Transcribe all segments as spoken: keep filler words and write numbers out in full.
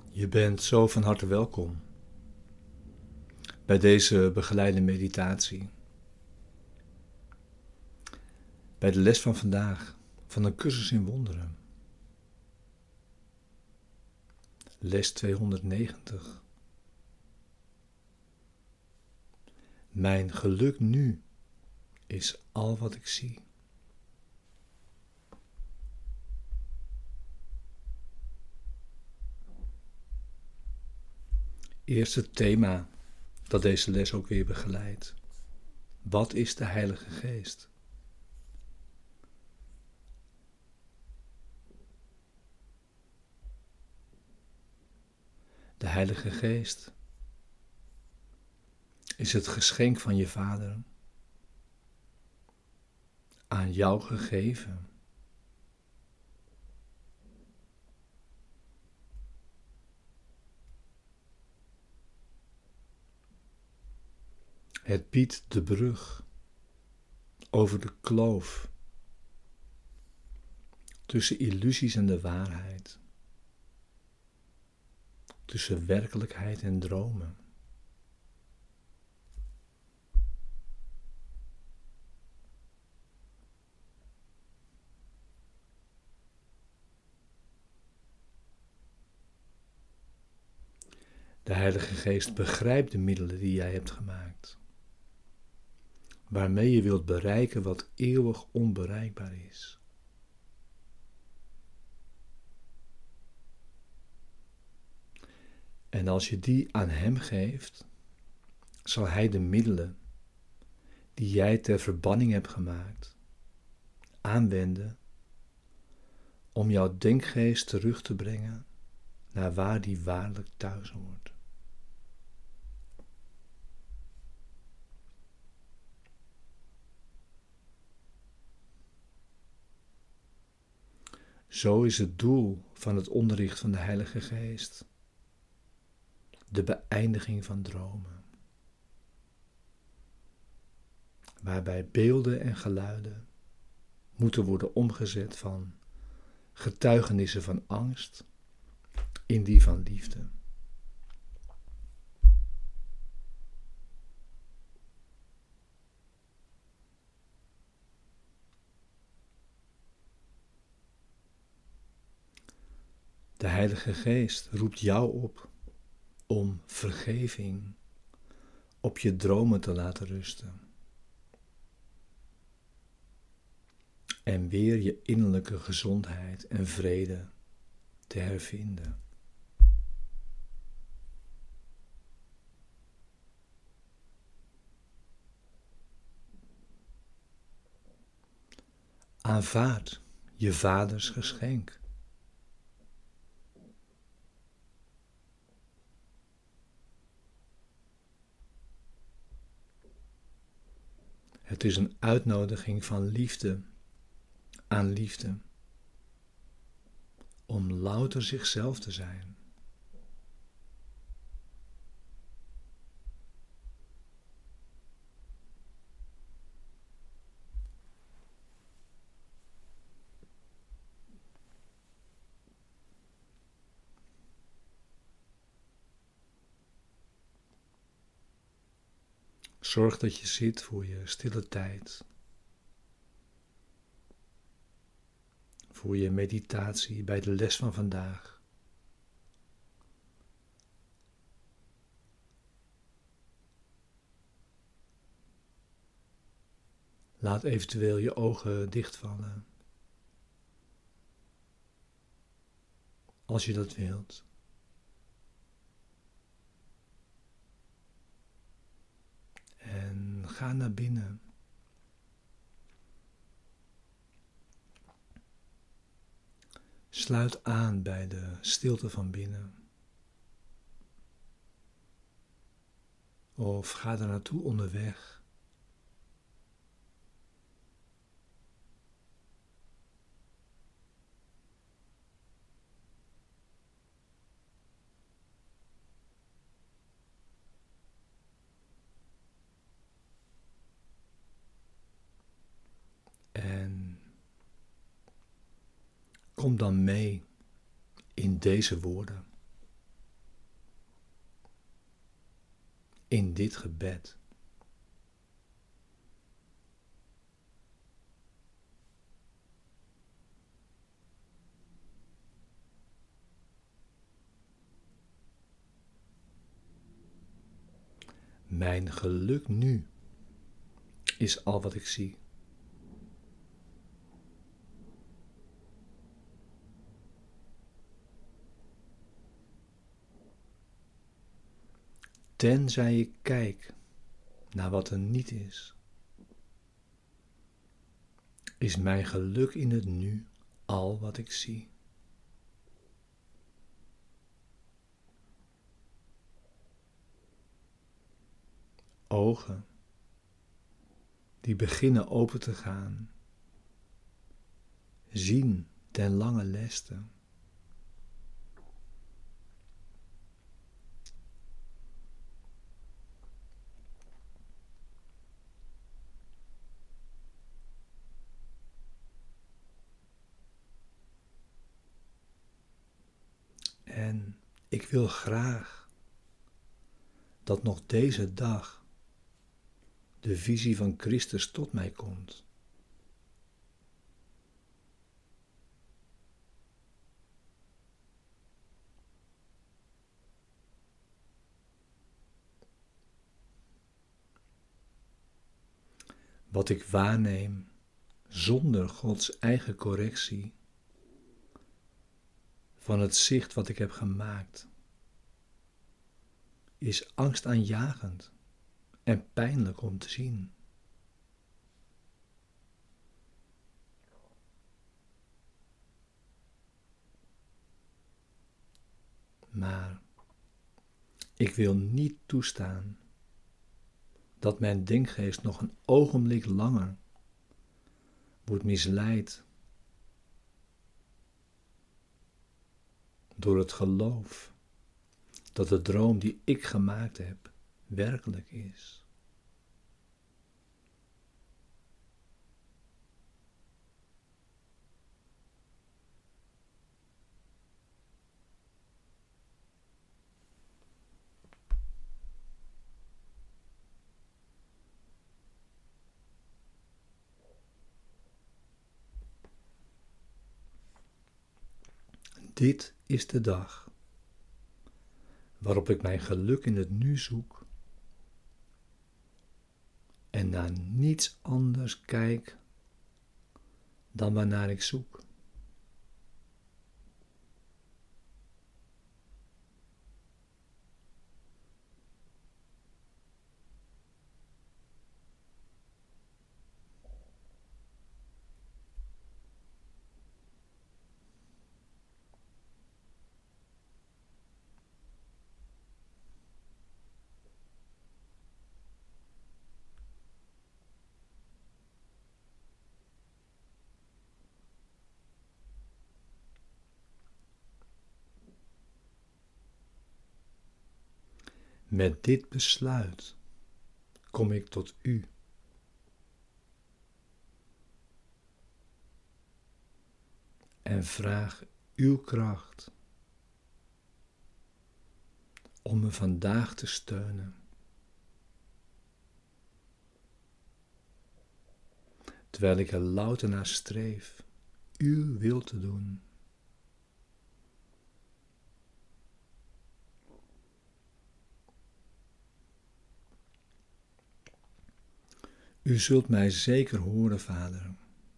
Je bent zo van harte welkom bij deze begeleide meditatie. Bij de les van vandaag van een cursus in wonderen. Les tweehonderdnegentig. Mijn geluk nu is al wat ik zie. Eerste thema dat deze les ook weer begeleidt. Wat is de Heilige Geest? De Heilige Geest is het geschenk van je Vader aan jou gegeven. Het biedt de brug over de kloof tussen illusies en de waarheid, tussen werkelijkheid en dromen. De Heilige Geest begrijpt de middelen die jij hebt gemaakt, waarmee je wilt bereiken wat eeuwig onbereikbaar is. En als je die aan Hem geeft, zal Hij de middelen die jij ter verbanning hebt gemaakt, aanwenden om jouw denkgeest terug te brengen naar waar die waarlijk thuis hoort. Zo is het doel van het onderricht van de Heilige Geest de beëindiging van dromen, waarbij beelden en geluiden moeten worden omgezet van getuigenissen van angst in die van liefde. De Heilige Geest roept jou op om vergeving op je dromen te laten rusten en weer je innerlijke gezondheid en vrede te hervinden. Aanvaard je vaders geschenk. Het is een uitnodiging van liefde aan liefde, om louter zichzelf te zijn. Zorg dat je zit voor je stille tijd, voor je meditatie bij de les van vandaag. Laat eventueel je ogen dichtvallen, als je dat wilt. En ga naar binnen. Sluit aan bij de stilte van binnen. Of ga er naartoe onderweg. En kom dan mee in deze woorden. in dit gebed. Mijn geluk nu is al wat ik zie. Tenzij ik kijk naar wat er niet is, is mijn geluk in het nu al wat ik zie. Ogen die beginnen open te gaan, zien ten lange leste. En ik wil graag dat nog deze dag de visie van Christus tot mij komt. Wat ik waarneem zonder Gods eigen correctie van het zicht wat ik heb gemaakt, is angstaanjagend en pijnlijk om te zien. Maar ik wil niet toestaan dat mijn denkgeest nog een ogenblik langer wordt misleid door het geloof dat de droom die ik gemaakt heb werkelijk is. Dit is de dag waarop ik mijn geluk in het nu zoek en naar niets anders kijk dan waarnaar ik zoek. Met dit besluit kom ik tot u. En vraag uw kracht om me vandaag te steunen. Terwijl ik er louter naar streef uw wil te doen. U zult mij zeker horen, Vader.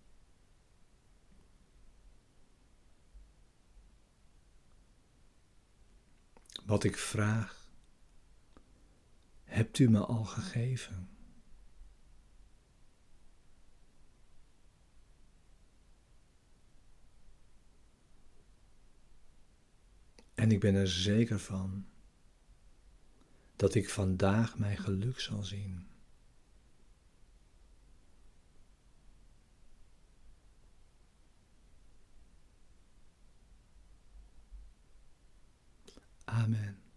Wat ik vraag, hebt u me al gegeven. En ik ben er zeker van dat ik vandaag mijn geluk zal zien. Amen.